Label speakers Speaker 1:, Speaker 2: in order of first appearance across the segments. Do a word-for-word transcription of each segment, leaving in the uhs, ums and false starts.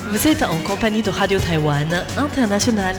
Speaker 1: Vous êtes en compagnie de Radio Taïwan International.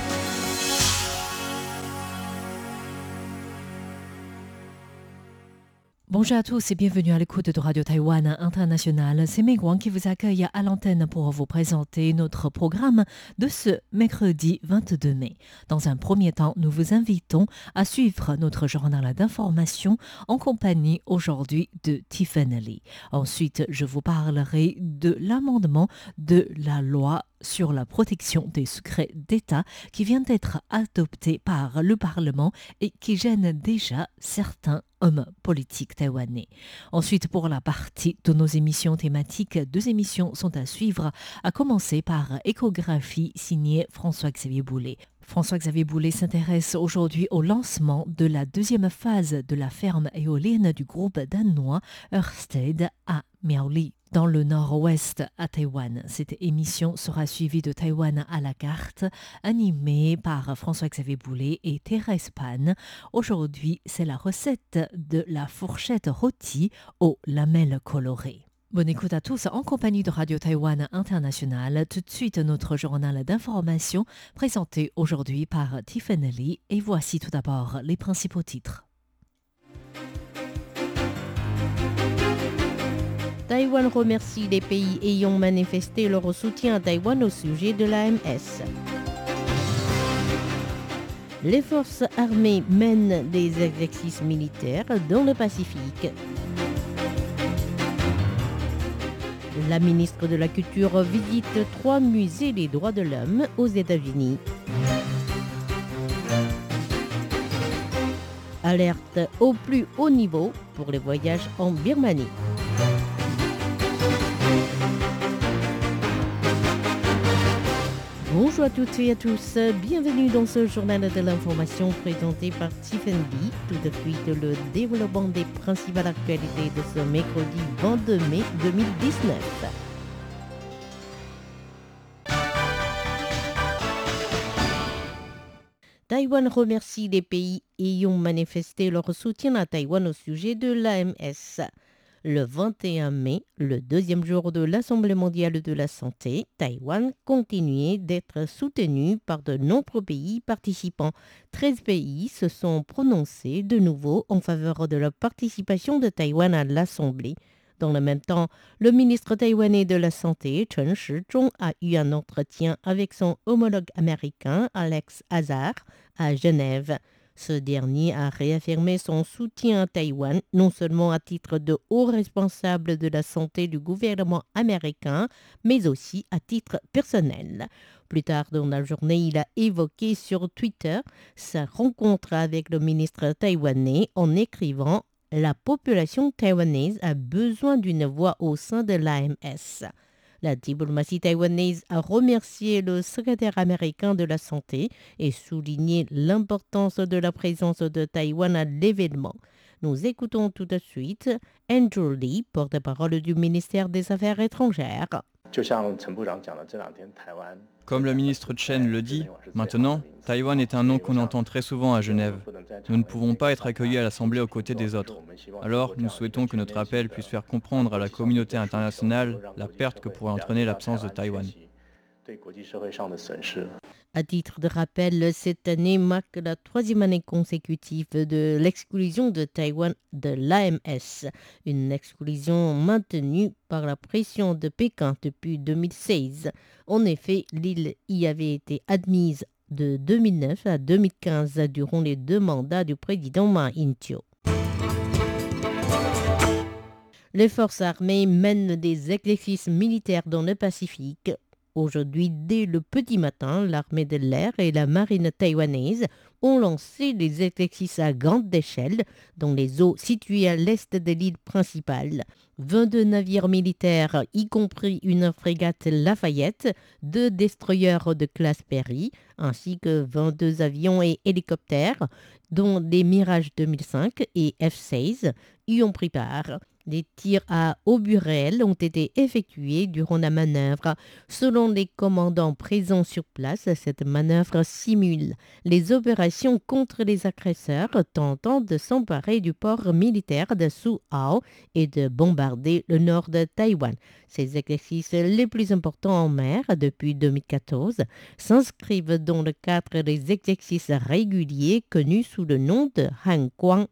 Speaker 1: Bonjour à tous et bienvenue à l'écoute de Radio Taïwan International. C'est Mei Guang qui vous accueille à l'antenne pour vous présenter notre programme de ce mercredi vingt-deux mai. Dans un premier temps, nous vous invitons à suivre notre journal d'information en compagnie aujourd'hui de Tiffany Lee. Ensuite, je vous parlerai de l'amendement de la loi sur la protection des secrets d'État qui vient d'être adopté par le Parlement et qui gêne déjà certains hommes politiques taïwanais. Ensuite, pour la partie de nos émissions thématiques, deux émissions sont à suivre, à commencer par Échographie signée François-Xavier Boulet. François-Xavier Boulet s'intéresse aujourd'hui au lancement de la deuxième phase de la ferme éolienne du groupe danois Ørsted à Miaoli, dans le nord-ouest à Taïwan. Cette émission sera suivie de Taïwan à la carte, animée par François-Xavier Boulet et Thérèse Pan. Aujourd'hui, c'est la recette de la fourchette rôtie aux lamelles colorées. Bonne écoute à tous en compagnie de Radio Taïwan International. Tout de suite, notre journal d'information présenté aujourd'hui par Tiffany Lee. Et voici tout d'abord les principaux titres.
Speaker 2: Taïwan remercie les pays ayant manifesté leur soutien à Taïwan au sujet de l'A M S. Les forces armées mènent des exercices militaires dans le Pacifique. La ministre de la Culture visite trois musées des droits de l'homme aux États-Unis. Alerte au plus haut niveau pour les voyages en Birmanie. Bonjour à toutes et à tous, bienvenue dans ce journal de l'information présenté par Tiffany Lee. Tout de suite, le développement des principales actualités de ce mercredi vingt-deux mai deux mille dix-neuf. Taïwan remercie les pays ayant manifesté leur soutien à Taïwan au sujet de l'A M S. Le vingt et un mai, le deuxième jour de l'Assemblée mondiale de la santé, Taïwan continuait d'être soutenu par de nombreux pays participants. treize pays se sont prononcés de nouveau en faveur de la participation de Taïwan à l'Assemblée. Dans le même temps, le ministre taïwanais de la Santé, Chen Shizhong, a eu un entretien avec son homologue américain, Alex Azar, à Genève. Ce dernier a réaffirmé son soutien à Taïwan, non seulement à titre de haut responsable de la santé du gouvernement américain, mais aussi à titre personnel. Plus tard dans la journée, il a évoqué sur Twitter sa rencontre avec le ministre taïwanais en écrivant « La population taïwanaise a besoin d'une voix au sein de l'A M S ». La diplomatie taïwanaise a remercié le secrétaire américain de la Santé et souligné l'importance de la présence de Taïwan à l'événement. Nous écoutons tout de suite Andrew Lee, porte-parole du ministère des Affaires étrangères.
Speaker 3: Comme le ministre Chen le dit, maintenant, Taïwan est un nom qu'on entend très souvent à Genève. Nous ne pouvons pas être accueillis à l'Assemblée aux côtés des autres. Alors, nous souhaitons que notre appel puisse faire comprendre à la communauté internationale la perte que pourrait entraîner l'absence de Taïwan.
Speaker 2: À titre de rappel, cette année marque la troisième année consécutive de l'exclusion de Taïwan de l'A M S, une exclusion maintenue par la pression de Pékin depuis deux mille seize. En effet, l'île y avait été admise de deux mille neuf à deux mille quinze durant les deux mandats du président Ma In-cheol. Les forces armées mènent des exercices militaires dans le Pacifique. Aujourd'hui, dès le petit matin, l'armée de l'air et la marine taïwanaise ont lancé des exercices à grande échelle dans les eaux situées à l'est de l'île principale. vingt-deux navires militaires, y compris une frégate Lafayette, deux destroyers de classe Perry, ainsi que vingt-deux avions et hélicoptères, dont des Mirage deux mille cinq et F seize, y ont pris part. Des tirs à obus réels ont été effectués durant la manœuvre. Selon les commandants présents sur place, cette manœuvre simule les opérations contre les agresseurs tentant de s'emparer du port militaire de Suao et de bombarder le nord de Taïwan. Ces exercices les plus importants en mer depuis deux mille quatorze s'inscrivent dans le cadre des exercices réguliers connus sous le nom de Hanguang.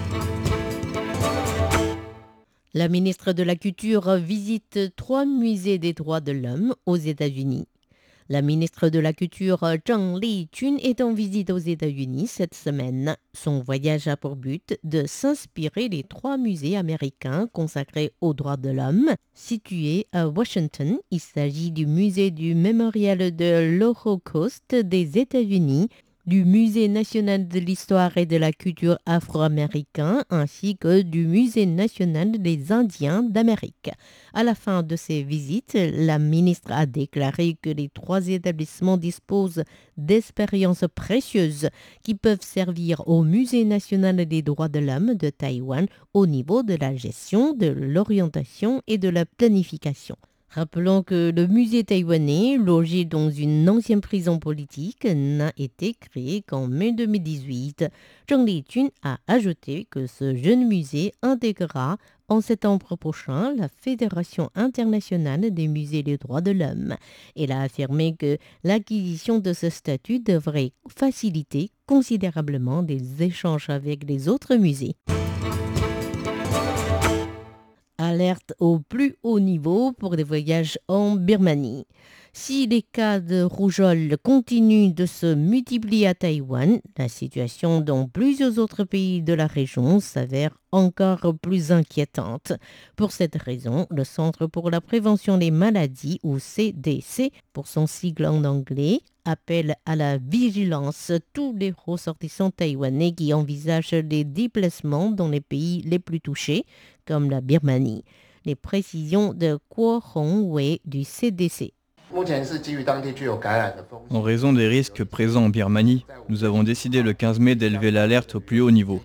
Speaker 2: La ministre de la Culture visite trois musées des droits de l'homme aux États-Unis. La ministre de la Culture Zheng Lijun est en visite aux États-Unis cette semaine. Son voyage a pour but de s'inspirer des trois musées américains consacrés aux droits de l'homme situés à Washington. Il s'agit du musée du mémorial de l'Holocauste des États-Unis, du Musée national de l'histoire et de la culture afro-américain ainsi que du Musée national des Indiens d'Amérique. À la fin de ces visites, la ministre a déclaré que les trois établissements disposent d'expériences précieuses qui peuvent servir au Musée national des droits de l'homme de Taïwan au niveau de la gestion, de l'orientation et de la planification. Rappelons que le musée taïwanais, logé dans une ancienne prison politique, n'a été créé qu'en mai deux mille dix-huit. Zheng Lijun a ajouté que ce jeune musée intégrera en septembre prochain la Fédération internationale des musées des droits de l'homme. Elle a affirmé que l'acquisition de ce statut devrait faciliter considérablement les échanges avec les autres musées. Alerte au plus haut niveau pour des voyages en Birmanie. Si les cas de rougeole continuent de se multiplier à Taïwan, la situation dans plusieurs autres pays de la région s'avère encore plus inquiétante. Pour cette raison, le Centre pour la prévention des maladies, ou C D C, pour son sigle en anglais, appelle à la vigilance tous les ressortissants taïwanais qui envisagent des déplacements dans les pays les plus touchés, comme la Birmanie. Les précisions de Kuo Hongwei du C D C.
Speaker 3: En raison des risques présents en Birmanie, nous avons décidé le quinze mai d'élever l'alerte au plus haut niveau.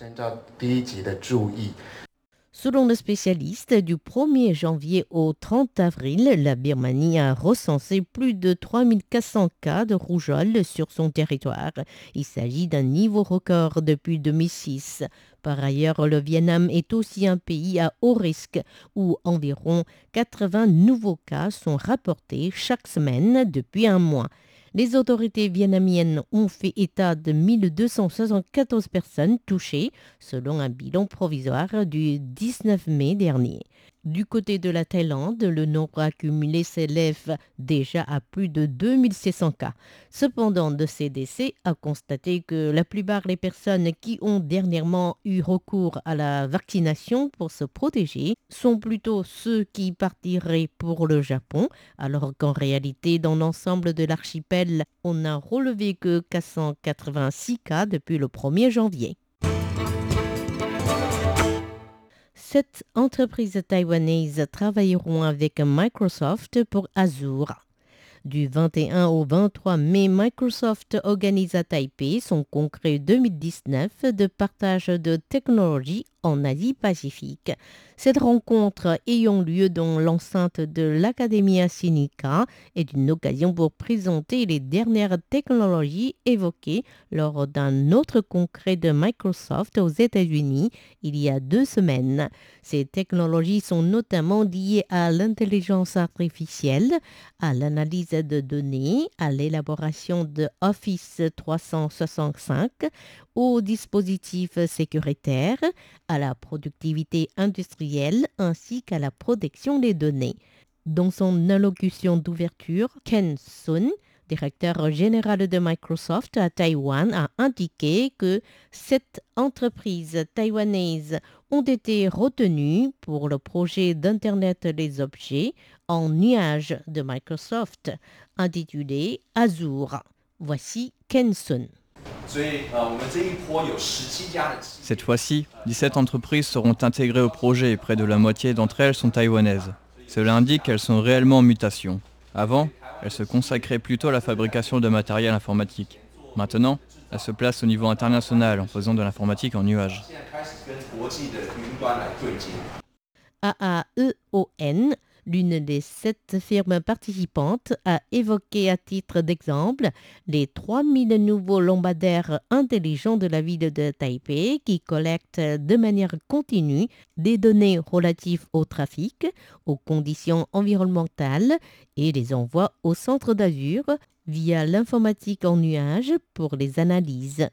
Speaker 2: Selon le spécialiste, du premier janvier au trente avril, la Birmanie a recensé plus de trois mille quatre cents cas de rougeole sur son territoire. Il s'agit d'un niveau record depuis deux mille six. Par ailleurs, le Vietnam est aussi un pays à haut risque où environ quatre-vingts nouveaux cas sont rapportés chaque semaine depuis un mois. Les autorités vietnamiennes ont fait état de mille deux cent soixante-quatorze personnes touchées, selon un bilan provisoire du dix-neuf mai dernier. Du côté de la Thaïlande, le nombre accumulé s'élève déjà à plus de deux mille sept cents cas. Cependant, le C D C a constaté que la plupart des personnes qui ont dernièrement eu recours à la vaccination pour se protéger sont plutôt ceux qui partiraient pour le Japon, alors qu'en réalité, dans l'ensemble de l'archipel, on n'a relevé que quatre cent quatre-vingt-six cas depuis le premier janvier. Sept entreprises taïwanaises travailleront avec Microsoft pour Azure. Du vingt et un au vingt-trois mai, Microsoft organise à Taipei son congrès deux mille dix-neuf de partage de technologies en Asie-Pacifique. Cette rencontre ayant lieu dans l'enceinte de l'Academia Sinica est une occasion pour présenter les dernières technologies évoquées lors d'un autre congrès de Microsoft aux États-Unis il y a deux semaines. Ces technologies sont notamment liées à l'intelligence artificielle, à l'analyse de données, à l'élaboration de Office trois cent soixante-cinq, aux dispositifs sécuritaires, à la productivité industrielle ainsi qu'à la protection des données. Dans son allocution d'ouverture, Ken Sun, directeur général de Microsoft à Taïwan, a indiqué que sept entreprises taïwanaises ont été retenues pour le projet d'Internet des objets en nuage de Microsoft, intitulé Azure. Voici Ken Sun.
Speaker 3: Cette fois-ci, dix-sept entreprises seront intégrées au projet et près de la moitié d'entre elles sont taïwanaises. Cela indique qu'elles sont réellement en mutation. Avant, elles se consacraient plutôt à la fabrication de matériel informatique. Maintenant, elles se placent au niveau international en faisant de l'informatique en nuage.
Speaker 2: A A E O N, l'une des sept firmes participantes, a évoqué à titre d'exemple les trois mille nouveaux lampadaires intelligents de la ville de Taipei qui collectent de manière continue des données relatives au trafic, aux conditions environnementales et les envoient au centre d'Azur via l'informatique en nuage pour les analyses.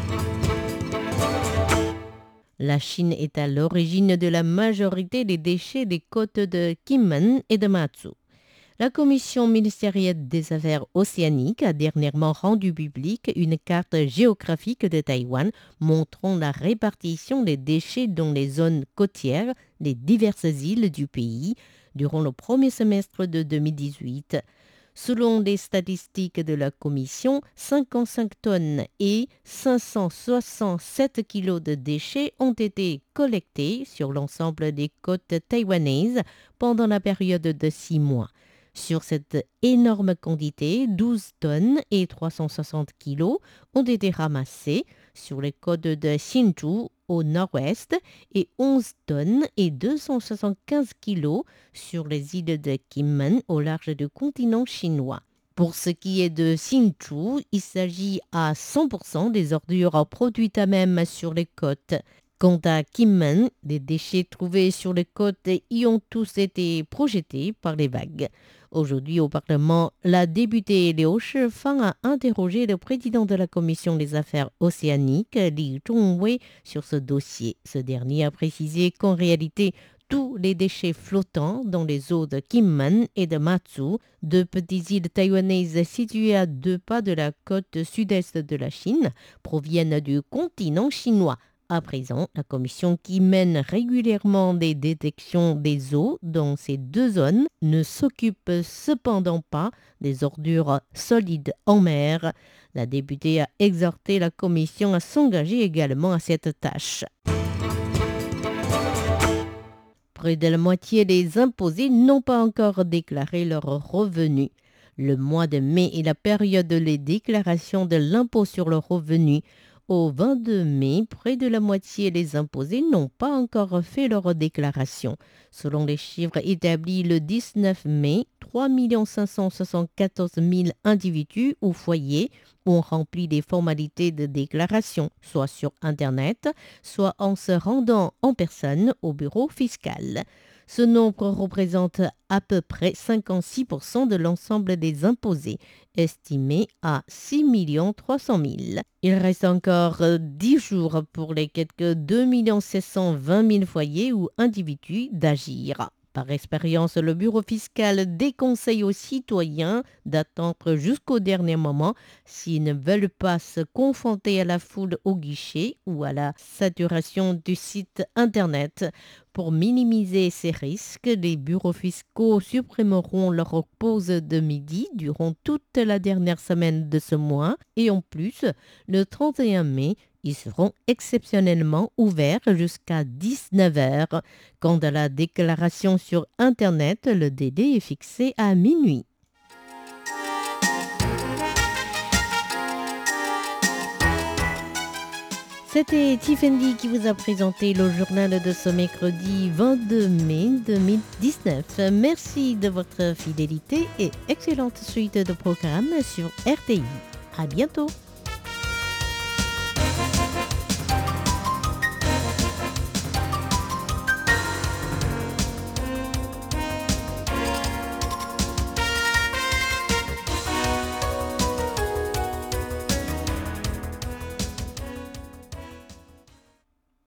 Speaker 2: La Chine est à l'origine de la majorité des déchets des côtes de Kinmen et de Matsu. La Commission ministérielle des Affaires océaniques a dernièrement rendu publique une carte géographique de Taïwan montrant la répartition des déchets dans les zones côtières des diverses îles du pays durant le premier semestre de deux mille dix-huit. Selon les statistiques de la Commission, cinquante-cinq tonnes et cinq cent soixante-sept kilos de déchets ont été collectés sur l'ensemble des côtes taïwanaises pendant la période de six mois. Sur cette énorme quantité, douze tonnes et trois cent soixante kilos ont été ramassés sur les côtes de Hsinchu au nord-ouest et onze tonnes et deux cent soixante-quinze kilos sur les îles de Kinmen au large du continent chinois. Pour ce qui est de Hsinchu, il s'agit à cent pour cent des ordures produites à même sur les côtes. Quant à Kinmen, les déchets trouvés sur les côtes y ont tous été projetés par les vagues. Aujourd'hui, au Parlement, la députée Liu Shifang a interrogé le président de la Commission des affaires océaniques, Li Zhongwei, sur ce dossier. Ce dernier a précisé qu'en réalité, tous les déchets flottants dans les eaux de Kinmen et de Matsu, deux petites îles taïwanaises situées à deux pas de la côte sud-est de la Chine, proviennent du continent chinois. À présent, la commission qui mène régulièrement des détections des eaux dans ces deux zones ne s'occupe cependant pas des ordures solides en mer. La députée a exhorté la commission à s'engager également à cette tâche. Près de la moitié des imposés n'ont pas encore déclaré leurs revenus. Le mois de mai est la période des déclarations de l'impôt sur le revenu. Au vingt-deux mai, près de la moitié des imposés n'ont pas encore fait leur déclaration. Selon les chiffres établis le dix-neuf mai, trois millions cinq cent soixante-quatorze mille individus ou foyers ont rempli les formalités de déclaration, soit sur Internet, soit en se rendant en personne au bureau fiscal. Ce nombre représente à peu près cinquante-six pour cent de l'ensemble des imposés, estimé à six millions trois cent mille. Il reste encore dix jours pour les quelques deux millions sept cent vingt mille foyers ou individus d'agir. Par expérience, le bureau fiscal déconseille aux citoyens d'attendre jusqu'au dernier moment s'ils ne veulent pas se confronter à la foule au guichet ou à la saturation du site Internet. Pour minimiser ces risques, les bureaux fiscaux supprimeront leur pause de midi durant toute la dernière semaine de ce mois et en plus, le trente et un mai, ils seront exceptionnellement ouverts jusqu'à dix-neuf heures. Quant à la déclaration sur Internet, le délai est fixé à minuit. C'était Tiffany qui vous a présenté le journal de ce mercredi vingt-deux mai deux mille dix-neuf. Merci de votre fidélité et excellente suite de programmes sur R T I. À bientôt.